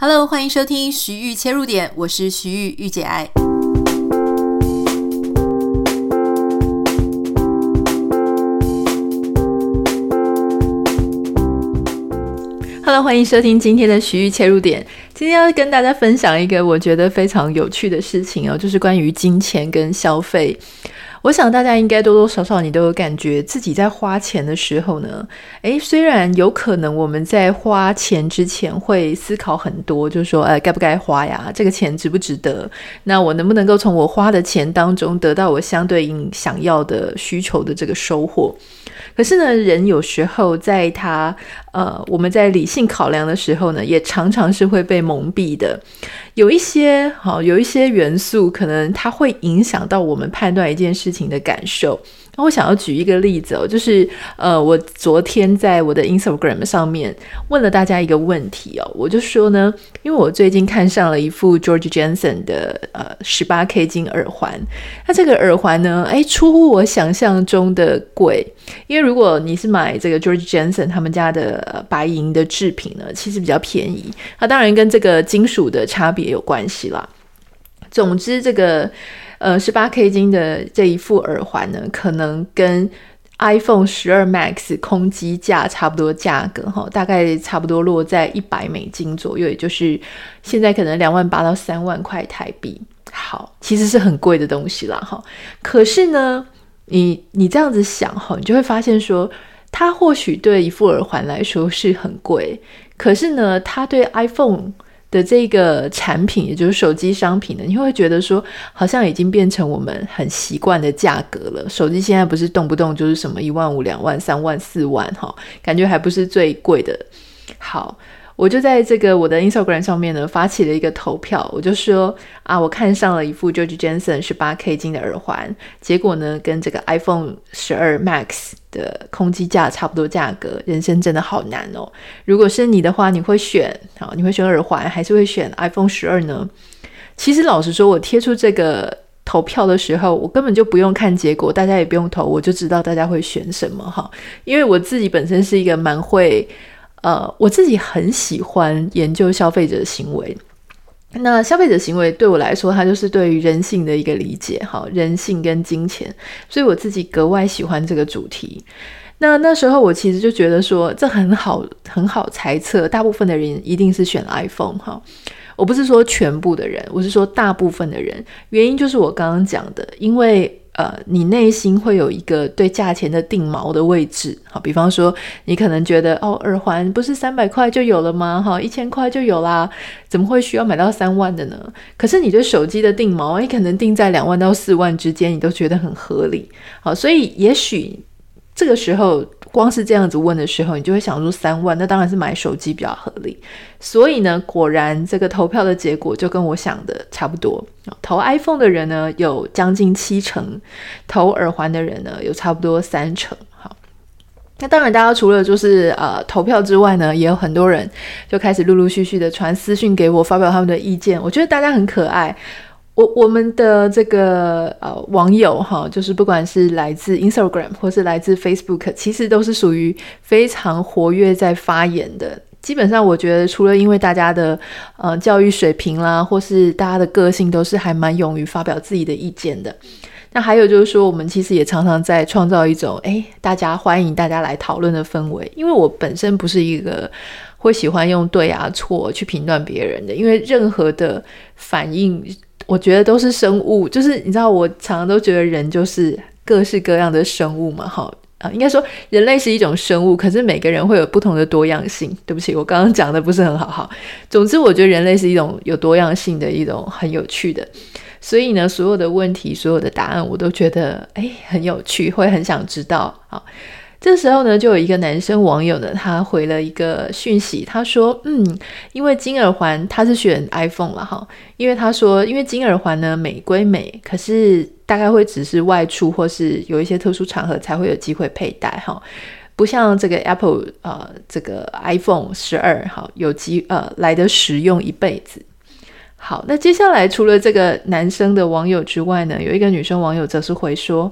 Hello， 欢迎收听徐玉切入点，我是徐玉玉姐爱。Hello， 欢迎收听今天的徐玉切入点。今天要跟大家分享一个我觉得非常有趣的事情就是关于金钱跟消费。我想大家应该多多少少你都有感觉自己在花钱的时候呢，虽然有可能我们在花钱之前会思考很多，就是说该不该花呀，这个钱值不值得，那我能不能够从我花的钱当中得到我相对应想要的需求的这个收获。可是呢，人有时候在我们在理性考量的时候呢，也常常是会被蒙蔽的。有一些元素可能它会影响到我们判断一件事情的感受。我想要举一个例子就是我昨天在我的 Instagram 上面问了大家一个问题我就说呢，因为我最近看上了一副 George Jensen 的18K 金耳环。那这个耳环呢出乎我想象中的贵，因为如果你是买这个 George Jensen 他们家的白银的制品呢，其实比较便宜，它当然跟这个金属的差别有关系啦。总之这个18K 金的这一副耳环呢，可能跟 iPhone 12 Max 空机价差不多价格大概差不多落在$100左右，也就是现在可能28000到3万块台币。好，其实是很贵的东西啦可是呢你这样子想你就会发现说，它或许对一副耳环来说是很贵，可是呢它对 iPhone 的这个产品，也就是手机商品呢，你会觉得说好像已经变成我们很习惯的价格了。手机现在不是动不动就是什么1万5、2万、3万、4万感觉还不是最贵的。好，我就在这个我的 Instagram 上面呢发起了一个投票，我就说我看上了一副 George Jensen 18K 金的耳环，结果呢跟这个 iPhone 12 Max 的空机价差不多价格，人生真的好难如果是你的话，你会选耳环还是会选 iPhone 12呢？其实老实说，我贴出这个投票的时候，我根本就不用看结果，大家也不用投，我就知道大家会选什么因为我自己本身是一个蛮会我自己很喜欢研究消费者的行为。那消费者行为对我来说，它就是对于人性的一个理解人性跟金钱，所以我自己格外喜欢这个主题。那时候我其实就觉得说，这很好猜测，大部分的人一定是选 iPhone 我不是说全部的人，我是说大部分的人。原因就是我刚刚讲的，因为你内心会有一个对价钱的定锚的位置比方说你可能觉得耳环不是300块就有了吗1000块就有啦，怎么会需要买到3万的呢？可是你对手机的定锚可能定在2万到4万之间，你都觉得很合理所以也许这个时候光是这样子问的时候，你就会想说3万，那当然是买手机比较合理。所以呢，果然这个投票的结果就跟我想的差不多。投 iPhone 的人呢有将近70%，投耳环的人呢有差不多30%。好，那当然大家除了就是投票之外呢，也有很多人就开始陆陆续续的传私讯给我，发表他们的意见。我觉得大家很可爱。我们的这个网友就是不管是来自 Instagram 或是来自 Facebook， 其实都是属于非常活跃在发言的。基本上我觉得除了因为大家的教育水平啦，或是大家的个性都是还蛮勇于发表自己的意见的。那还有就是说，我们其实也常常在创造一种大家欢迎大家来讨论的氛围。因为我本身不是一个会喜欢用对错去评断别人的，因为任何的反应我觉得都是生物，就是你知道我常常都觉得人就是各式各样的生物嘛应该说人类是一种生物，可是每个人会有不同的多样性。对不起，我刚刚讲的不是很好总之我觉得人类是一种有多样性的一种很有趣的，所以呢所有的问题所有的答案我都觉得很有趣，会很想知道。好，这时候呢就有一个男生网友呢，他回了一个讯息，他说因为金耳环，他是选 iPhone 了因为他说因为金耳环呢美归美，可是大概会只是外出或是有一些特殊场合才会有机会佩戴不像这个 Apple 这个 iPhone 12来得实用一辈子。好，那接下来除了这个男生的网友之外呢，有一个女生网友则是回说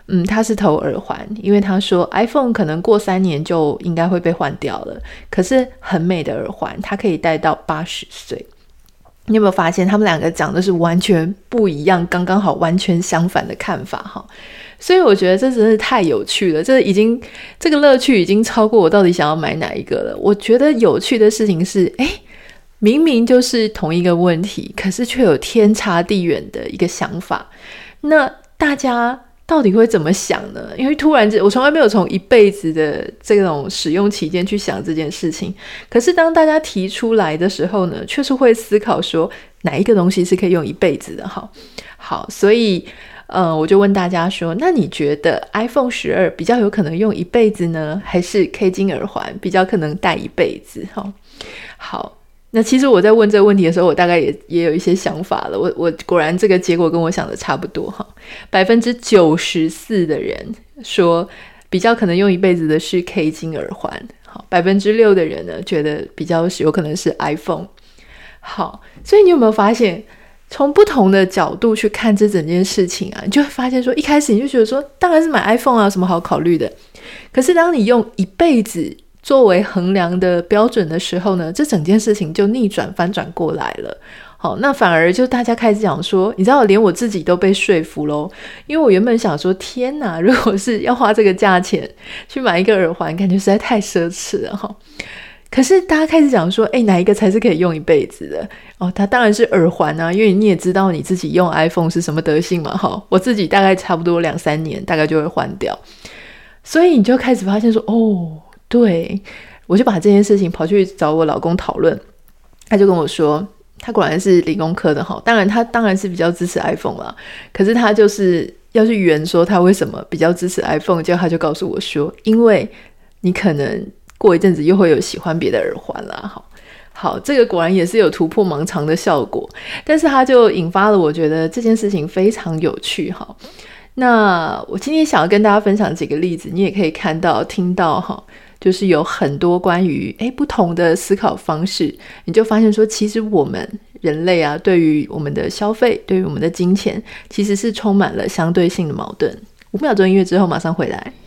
他是投耳环，因为他说 iPhone 可能过3年就应该会被换掉了，可是很美的耳环它可以戴到80岁。你有没有发现他们两个讲的是完全不一样，刚刚好完全相反的看法哈？所以我觉得这真是太有趣了，这个乐趣已经超过我到底想要买哪一个了。我觉得有趣的事情是，明明就是同一个问题，可是却有天差地远的一个想法。那大家到底会怎么想呢？因为突然我从来没有从一辈子的这种使用期间去想这件事情，可是当大家提出来的时候呢，确实会思考说哪一个东西是可以用一辈子的。好，所以我就问大家说，那你觉得 iPhone 12比较有可能用一辈子呢，还是 K 金耳环比较可能戴一辈子？好，那其实我在问这个问题的时候，我大概也有一些想法了。我果然这个结果跟我想的差不多哈。94%的人说比较可能用一辈子的是 K 金耳环。好，6%的人呢觉得比较有可能是 iPhone。好，所以你有没有发现，从不同的角度去看这整件事情啊，你就会发现说，一开始你就觉得说，当然是买 iPhone 啊，有什么好考虑的？可是当你用一辈子作为衡量的标准的时候呢，这整件事情就逆转翻转过来了。好，那反而就大家开始讲说，你知道连我自己都被说服咯，因为我原本想说，天哪，如果是要花这个价钱去买一个耳环，感觉实在太奢侈了哈。可是大家开始讲说，哪一个才是可以用一辈子的？它当然是耳环啊，因为你也知道你自己用 iPhone 是什么德性嘛，我自己大概差不多2-3年大概就会换掉，所以你就开始发现说，对，我就把这件事情跑去找我老公讨论，他就跟我说，他果然是理工科的哈，他当然是比较支持 iPhone 啦，可是他就是要去圆说他为什么比较支持 iPhone， 结果他就告诉我说，因为你可能过一阵子又会有喜欢别的耳环啦。好，这个果然也是有突破盲肠的效果，但是它就引发了我觉得这件事情非常有趣哈。那我今天想要跟大家分享几个例子，你也可以看到听到哈，就是有很多关于不同的思考方式，你就发现说，其实我们人类啊，对于我们的消费，对于我们的金钱，其实是充满了相对性的矛盾。5秒钟音乐之后马上回来。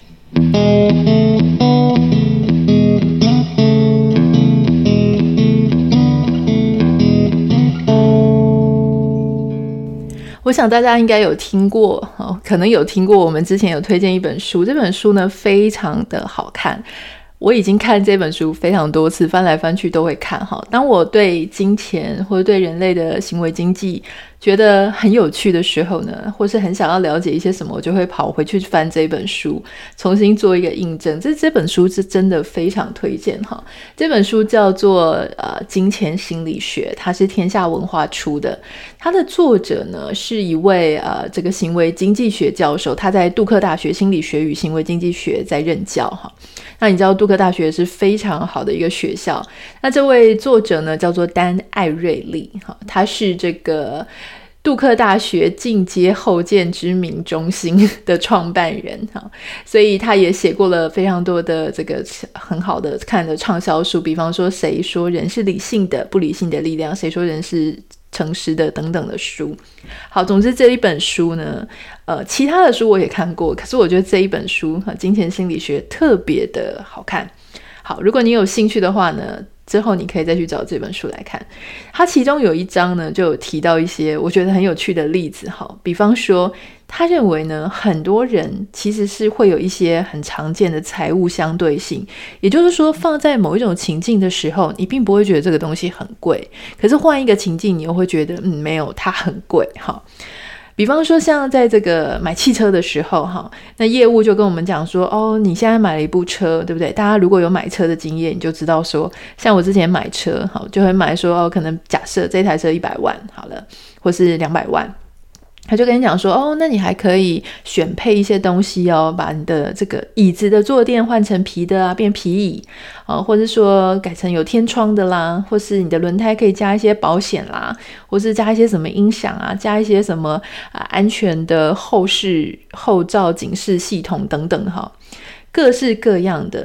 我想大家应该有听过，可能有听过我们之前有推荐一本书，这本书呢非常的好看，我已经看这本书非常多次，翻来翻去都会看。当我对金钱或者对人类的行为经济觉得很有趣的时候呢，或是很想要了解一些什么，我就会跑回去翻这本书，重新做一个印证。这本书是真的非常推荐哈。这本书叫做金钱心理学，它是天下文化出的。它的作者呢是一位这个行为经济学教授，他在杜克大学心理学与行为经济学在任教哈。那你知道杜克大学是非常好的一个学校，那这位作者呢叫做丹·艾瑞利，他是这个杜克大学进阶后见知名中心的创办人，所以他也写过了非常多的这个很好的看的畅销书，比方说谁说人是理性的，不理性的力量，谁说人是诚实的等等的书。好，总之这一本书呢其他的书我也看过，可是我觉得这一本书金钱心理学特别的好看。好，如果你有兴趣的话呢，之后你可以再去找这本书来看。它其中有一章呢就有提到一些我觉得很有趣的例子，比方说他认为呢，很多人其实是会有一些很常见的财务相对性，也就是说放在某一种情境的时候，你并不会觉得这个东西很贵，可是换一个情境你又会觉得没有，它很贵。比方说像在这个买汽车的时候那业务就跟我们讲说，你现在买了一部车，对不对？大家如果有买车的经验，你就知道说，像我之前买车就会买说可能假设这台车100万好了，或是200万，他就跟你讲说，那你还可以选配一些东西把你的这个椅子的坐垫换成皮的变皮椅或者说改成有天窗的啦，或是你的轮胎可以加一些保险啦，或是加一些什么音响啊，加一些什么安全的后照警示系统等等各式各样的。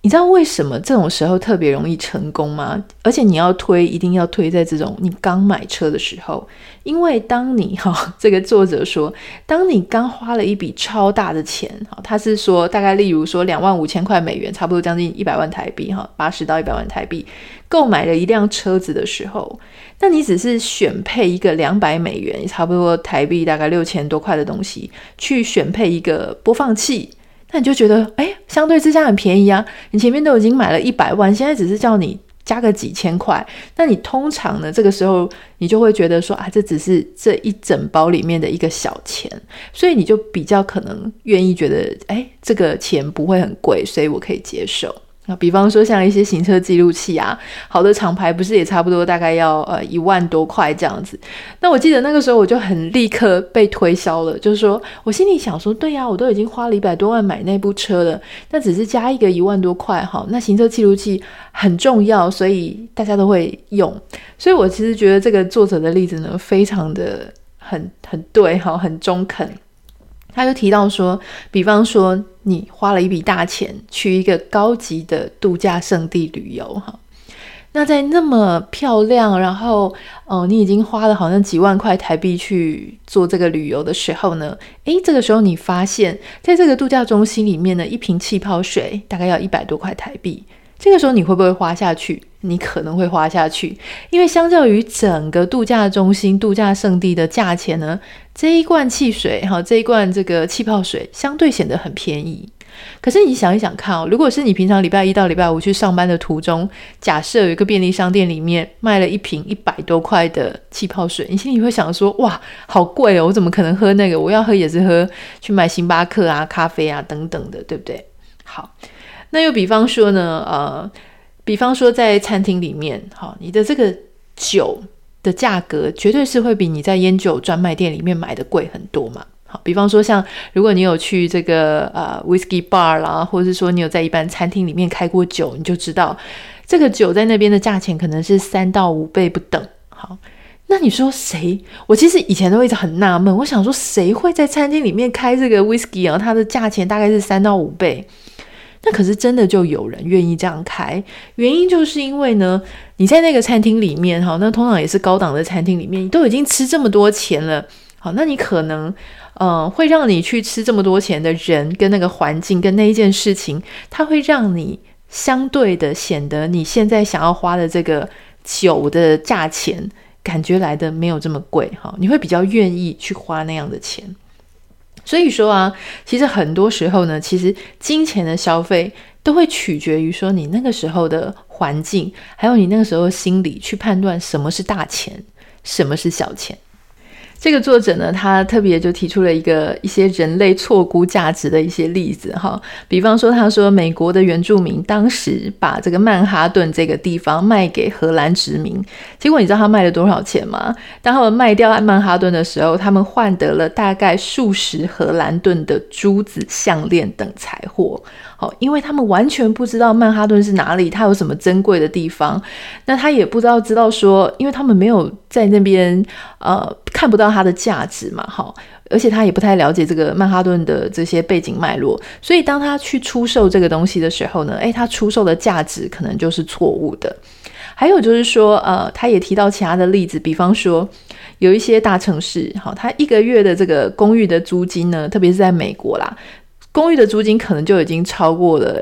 你知道为什么这种时候特别容易成功吗？而且你要推一定要推在这种你刚买车的时候，因为当你这个作者说，当你刚花了一笔超大的钱，他是说大概例如说25000块美元，差不多将近100万台币，80到100万台币，购买了一辆车子的时候，那你只是选配一个200美元，也差不多台币大概6000多块的东西，去选配一个播放器，那你就觉得相对之下很便宜啊，你前面都已经买了100万，现在只是叫你加个几千块，那你通常呢这个时候你就会觉得说这只是这一整包里面的一个小钱，所以你就比较可能愿意觉得这个钱不会很贵，所以我可以接受。比方说像一些行车记录器啊，好的厂牌不是也差不多大概要1万多块这样子。那我记得那个时候我就很立刻被推销了，就是说我心里想说，对呀，我都已经花了100多万买那部车了，那只是加一个1万多块那行车记录器很重要，所以大家都会用。所以我其实觉得这个作者的例子呢，非常的很对很中肯。他就提到说，比方说你花了一笔大钱去一个高级的度假胜地旅游那在那么漂亮，然后你已经花了好像几万块台币去做这个旅游的时候呢，这个时候你发现在这个度假中心里面呢，一瓶气泡水大概要100多块台币，这个时候你会不会花下去？你可能会花下去，因为相较于整个度假中心度假胜地的价钱呢，这一罐汽水这一罐这个气泡水相对显得很便宜。可是你想一想看如果是你平常礼拜一到礼拜五去上班的途中，假设有一个便利商店里面卖了一瓶100多块的气泡水，你心里会想说，哇好贵我怎么可能喝那个，我要喝也是喝去买星巴克啊咖啡啊等等的，对不对？好，那又比方说呢比方说在餐厅里面你的这个酒的价格绝对是会比你在烟酒专卖店里面买的贵很多嘛。好，比方说像如果你有去这个whisky bar 啦，或者是说你有在一般餐厅里面开过酒，你就知道这个酒在那边的价钱可能是3到5倍不等。好，那你说谁？我其实以前都一直很纳闷，我想说谁会在餐厅里面开这个 whisky 它的价钱大概是3到5倍。那可是真的就有人愿意这样开，原因就是因为呢，你在那个餐厅里面那通常也是高档的餐厅里面，你都已经吃这么多钱了，好，那你可能会让你去吃这么多钱的人跟那个环境跟那一件事情，它会让你相对的显得你现在想要花的这个酒的价钱感觉来的没有这么贵你会比较愿意去花那样的钱。所以说其实很多时候呢，其实金钱的消费都会取决于说你那个时候的环境，还有你那个时候的心理去判断什么是大钱，什么是小钱。这个作者呢，他特别就提出了一些人类错估价值的一些例子比方说他说美国的原住民当时把这个曼哈顿这个地方卖给荷兰殖民，结果你知道他卖了多少钱吗？当他们卖掉曼哈顿的时候，他们换得了大概数十荷兰盾的珠子、项链等财货因为他们完全不知道曼哈顿是哪里，它有什么珍贵的地方，那他也不知道说，因为他们没有在那边看不到它的价值嘛而且他也不太了解这个曼哈顿的这些背景脉络，所以当他去出售这个东西的时候呢，他出售的价值可能就是错误的。还有就是说他也提到其他的例子，比方说有一些大城市他一个月的这个公寓的租金呢，特别是在美国啦，公寓的租金可能就已经超过了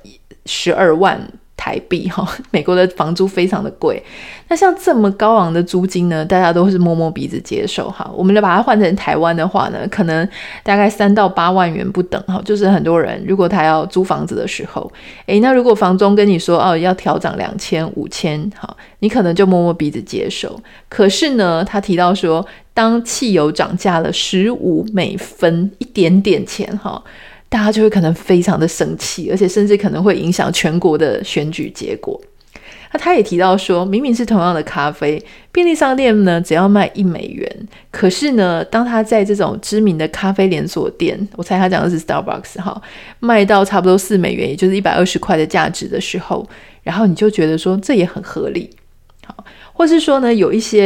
12万台币美国的房租非常的贵。那像这么高昂的租金呢，大家都是摸摸鼻子接受我们把它换成台湾的话呢，可能大概3到8万元不等就是很多人如果他要租房子的时候那如果房东跟你说要调涨2000、5000你可能就摸摸鼻子接受。可是呢，他提到说当汽油涨价了15美分一点点钱大家就会可能非常的生气，而且甚至可能会影响全国的选举结果。那他也提到说，明明是同样的咖啡，便利商店呢只要卖1美元，可是呢，当他在这种知名的咖啡连锁店，我猜他讲的是 Starbucks 卖到差不多4美元，也就是120块的价值的时候，然后你就觉得说这也很合理。或是说呢，有一些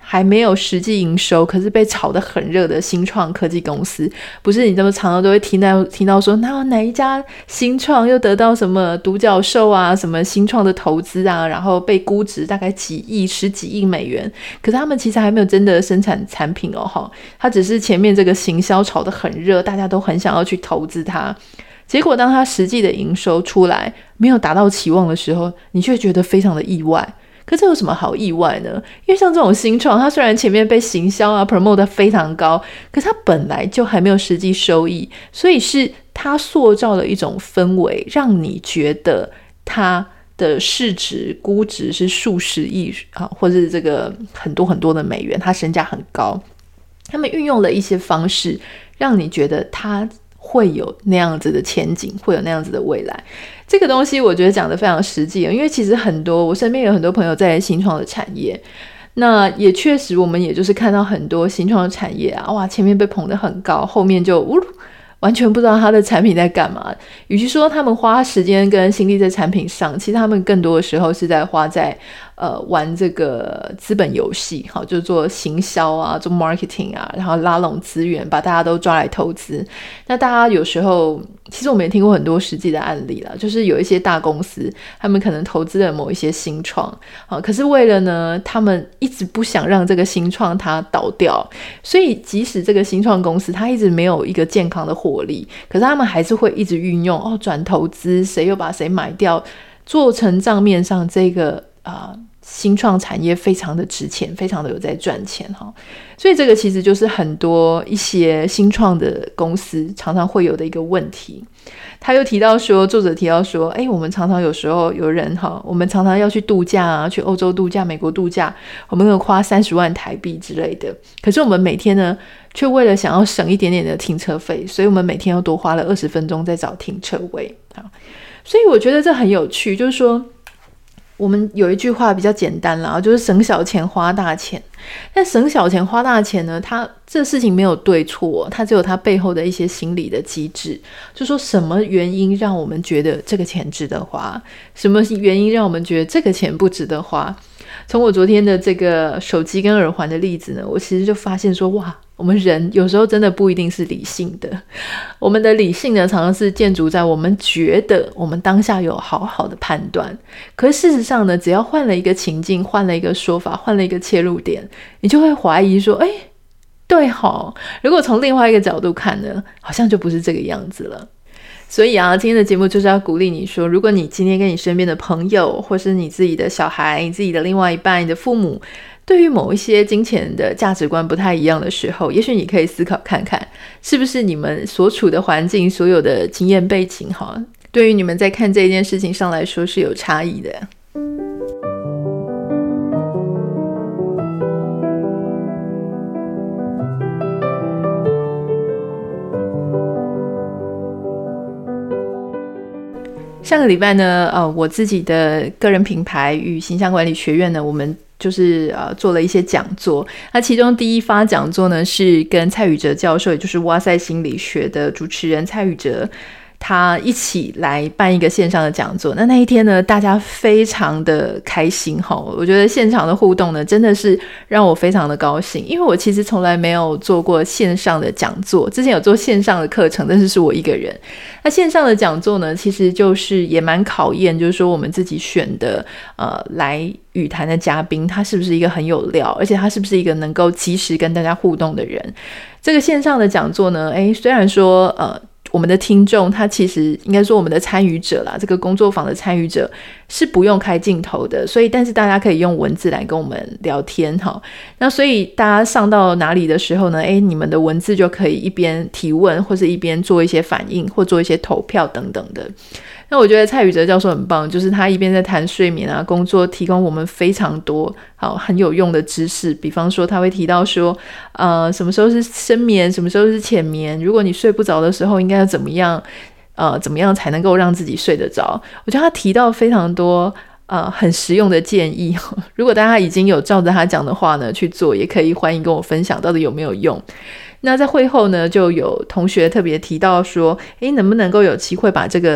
还没有实际营收，可是被炒得很热的新创科技公司，不是你这么常常都会听到说哪一家新创又得到什么独角兽啊，什么新创的投资啊，然后被估值大概几亿、十几亿美元，可是他们其实还没有真的生产产品哦，它只是前面这个行销炒得很热，大家都很想要去投资它。结果当它实际的营收出来没有达到期望的时候，你却觉得非常的意外。可这有什么好意外呢？因为像这种新创，它虽然前面被行销啊 promote 得非常高，可是它本来就还没有实际收益，所以是它塑造了一种氛围，让你觉得它的市值估值是数十亿啊，或者是这个很多很多的美元，它身价很高。他们运用了一些方式，让你觉得它会有那样子的前景，会有那样子的未来。这个东西我觉得讲得非常实际，因为其实我身边有很多朋友在新创的产业，那也确实我们也就是看到很多新创的产业啊，哇，前面被捧得很高，后面就完全不知道他的产品在干嘛。与其说他们花时间跟心力在产品上，其实他们更多的时候是在花在玩这个资本游戏，好，就是做行销啊，做 marketing 啊，然后拉拢资源，把大家都抓来投资。那大家有时候其实我们也听过很多实际的案例啦，就是有一些大公司他们可能投资了某一些新创，可是为了呢他们一直不想让这个新创它倒掉，所以即使这个新创公司它一直没有一个健康的获利，可是他们还是会一直运用转投资，谁又把谁买掉，做成账面上这个新创产业非常的值钱，非常的有在赚钱哈。所以这个其实就是很多一些新创的公司常常会有的一个问题。他又提到说，作者提到说，我们常常有时候有人我们常常要去度假啊，去欧洲度假、美国度假，我们有花30万台币之类的，可是我们每天呢却为了想要省一点点的停车费，所以我们每天又多花了20分钟在找停车位。所以我觉得这很有趣，就是说我们有一句话比较简单啦，就是省小钱花大钱。但省小钱花大钱呢，它这事情没有对错，它只有它背后的一些心理的机制，就说什么原因让我们觉得这个钱值得花，什么原因让我们觉得这个钱不值得花。从我昨天的这个手机跟耳环的例子呢，我其实就发现说，哇，我们人有时候真的不一定是理性的，我们的理性呢常常是建筑在我们觉得我们当下有好好的判断，可是事实上呢，只要换了一个情境，换了一个说法，换了一个切入点，你就会怀疑说，对如果从另外一个角度看呢，好像就不是这个样子了。所以今天的节目就是要鼓励你说，如果你今天跟你身边的朋友，或是你自己的小孩，你自己的另外一半，你的父母，对于某一些金钱的价值观不太一样的时候，也许你可以思考看看，是不是你们所处的环境，所有的经验背景对于你们在看这件事情上来说是有差异的。上个礼拜呢，我自己的个人品牌与形象管理学院呢，我们就是做了一些讲座。那其中第一发讲座呢，是跟蔡宇哲教授，也就是哇塞心理学的主持人蔡宇哲，他一起来办一个线上的讲座。那一天呢，大家非常的开心我觉得现场的互动呢，真的是让我非常的高兴，因为我其实从来没有做过线上的讲座，之前有做线上的课程，但是我一个人。那线上的讲座呢，其实就是也蛮考验，就是说我们自己选的来语坛的嘉宾，他是不是一个很有料，而且他是不是一个能够及时跟大家互动的人。这个线上的讲座呢，虽然说我们的听众，他其实应该说我们的参与者啦，这个工作坊的参与者是不用开镜头的，所以但是大家可以用文字来跟我们聊天那所以大家上到哪里的时候呢，你们的文字就可以一边提问，或是一边做一些反应，或做一些投票等等的。那我觉得蔡宇哲教授很棒，就是他一边在谈睡眠啊、工作，提供我们非常多很有用的知识。比方说他会提到说什么时候是深眠，什么时候是浅眠，如果你睡不着的时候应该要怎么样才能够让自己睡得着。我觉得他提到非常多很实用的建议，如果大家已经有照着他讲的话呢去做，也可以欢迎跟我分享到底有没有用。那在会后呢，就有同学特别提到说，能不能够有机会把这个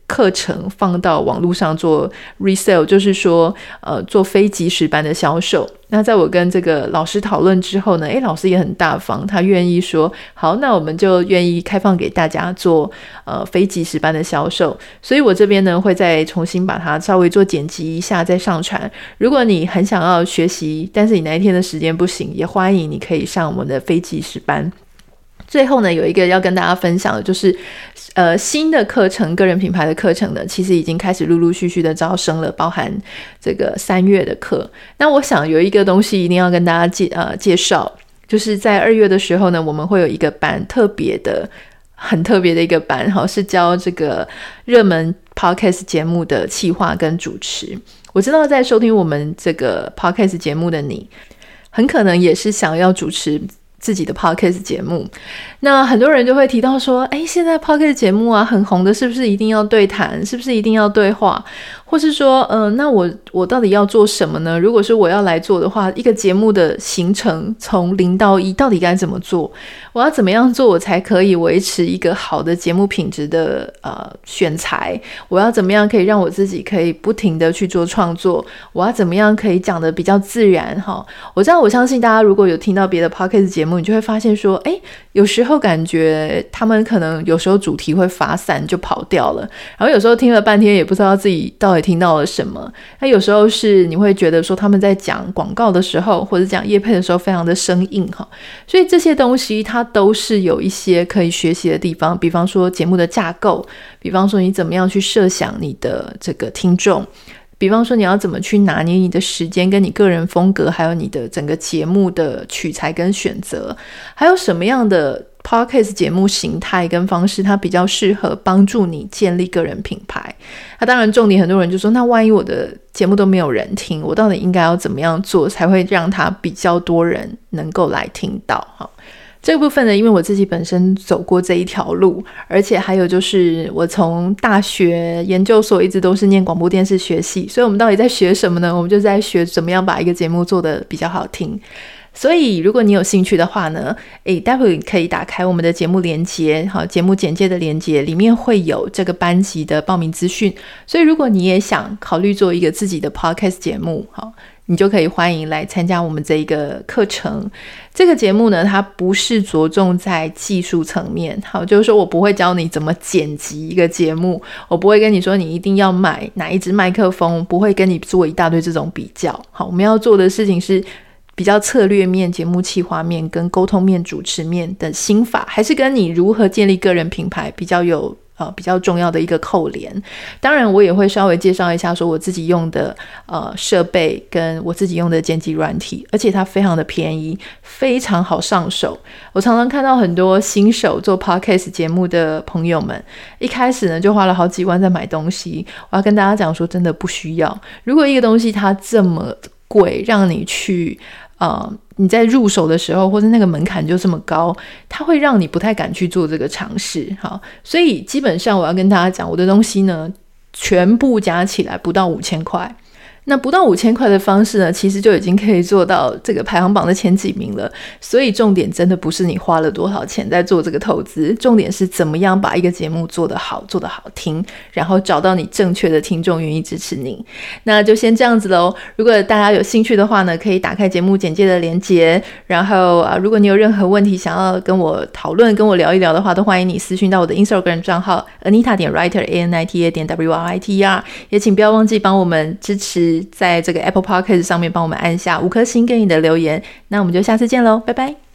课程放到网络上做 resale， 就是说做非即时班的销售。那在我跟这个老师讨论之后呢，老师也很大方，他愿意说好，那我们就愿意开放给大家做非即时班的销售。所以我这边呢会再重新把它稍微做剪辑一下再上传。如果你很想要学习，但是你那一天的时间不行，也欢迎你可以上我们的非即时班。最后呢，有一个要跟大家分享的就是新的课程，个人品牌的课程呢，其实已经开始陆陆续续的招生了，包含这个3月的课。那我想有一个东西一定要跟大家介绍，就是在2月的时候呢，我们会有一个班，很特别的一个班，是教这个热门 podcast 节目的企划跟主持。我知道在收听我们这个 podcast 节目的你，很可能也是想要主持自己的 podcast 节目。那很多人就会提到说，现在 podcast 节目啊很红的，是不是一定要对谈，是不是一定要对话，或是说那我到底要做什么呢？如果是我要来做的话，一个节目的行程从0到1到底该怎么做，我要怎么样做我才可以维持一个好的节目品质的选材，我要怎么样可以让我自己可以不停的去做创作，我要怎么样可以讲得比较自然。我相信大家如果有听到别的 podcast 节目，你就会发现说有时候感觉他们可能有时候主题会发散就跑掉了，然后有时候听了半天也不知道自己到底听到了什么。那有时候是你会觉得说他们在讲广告的时候或者讲业配的时候非常的生硬，所以这些东西它都是有一些可以学习的地方，比方说节目的架构，比方说你怎么样去设想你的这个听众，比方说你要怎么去拿捏你的时间跟你个人风格，还有你的整个节目的取材跟选择，还有什么样的 podcast 节目形态跟方式它比较适合帮助你建立个人品牌。那当然重点很多人就说，那万一我的节目都没有人听，我到底应该要怎么样做才会让它比较多人能够来听到。这个部分呢，因为我自己本身走过这一条路，而且还有就是我从大学研究所一直都是念广播电视学系，所以我们到底在学什么呢？我们就在学怎么样把一个节目做得比较好听。所以如果你有兴趣的话呢，待会可以打开我们的节目连结，节目简介的连结里面会有这个班级的报名资讯。所以如果你也想考虑做一个自己的 podcast 节目，你就可以欢迎来参加我们这一个课程。这个节目呢，它不是着重在技术层面，就是说我不会教你怎么剪辑一个节目，我不会跟你说你一定要买哪一支麦克风，不会跟你做一大堆这种比较。我们要做的事情是比较策略面、节目企划面跟沟通面、主持面的心法，还是跟你如何建立个人品牌比较重要的一个扣连。当然我也会稍微介绍一下说我自己用的设备跟我自己用的剪辑软体，而且它非常的便宜，非常好上手。我常常看到很多新手做 podcast 节目的朋友们，一开始呢就花了好几万在买东西。我要跟大家讲说真的不需要，如果一个东西它这么贵，让你去你在入手的时候或者那个门槛就这么高，它会让你不太敢去做这个尝试。所以基本上我要跟大家讲，我的东西呢全部加起来不到5000块。那不到5000块的方式呢，其实就已经可以做到这个排行榜的前几名了。所以重点真的不是你花了多少钱在做这个投资，重点是怎么样把一个节目做得好，做得好听，然后找到你正确的听众愿意支持你。那就先这样子咯。如果大家有兴趣的话呢，可以打开节目简介的连结，然后如果你有任何问题想要跟我讨论，跟我聊一聊的话，都欢迎你私讯到我的 Instagram 账号 Anita.Writer ANITA.WRITER， 也请不要忘记帮我们支持在这个 Apple Podcast 上面帮我们按下5颗星跟你的留言。那我们就下次见咯，拜拜。